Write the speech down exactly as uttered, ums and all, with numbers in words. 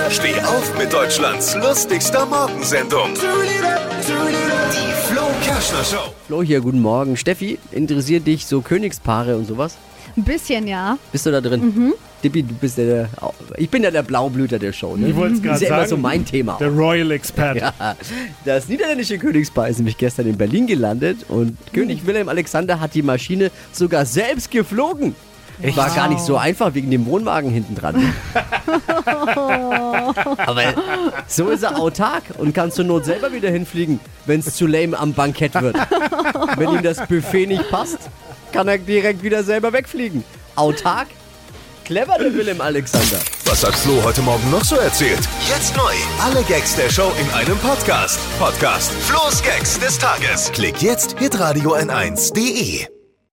Steh auf mit Deutschlands lustigster Morgensendung. Die Flo Kerschner Show. Flo hier, guten Morgen. Steffi, interessiert dich so Königspaare und sowas? Ein bisschen, ja. Bist du da drin? Mhm. Dippi, du bist ja der, ich bin ja der Blaublüter der Show, ne? Ich wollte es Das gerade ist ja sagen. immer so mein Thema. Der Royal Expert. Ja, das niederländische Königspaar ist nämlich gestern in Berlin gelandet und mhm. König Wilhelm Alexander hat die Maschine sogar selbst geflogen. Echt? War gar nicht so einfach wegen dem Wohnwagen hinten dran. Aber so ist er autark und kann zur Not selber wieder hinfliegen, wenn es zu lame am Bankett wird. Wenn ihm das Buffet nicht passt, kann er direkt wieder selber wegfliegen. Autark? Clever, der Wilhelm Alexander. Was hat Flo heute Morgen noch so erzählt? Jetzt neu. Alle Gags der Show in einem Podcast. Podcast Flo's Gags des Tages. Klick jetzt, hitradio n eins punkt de.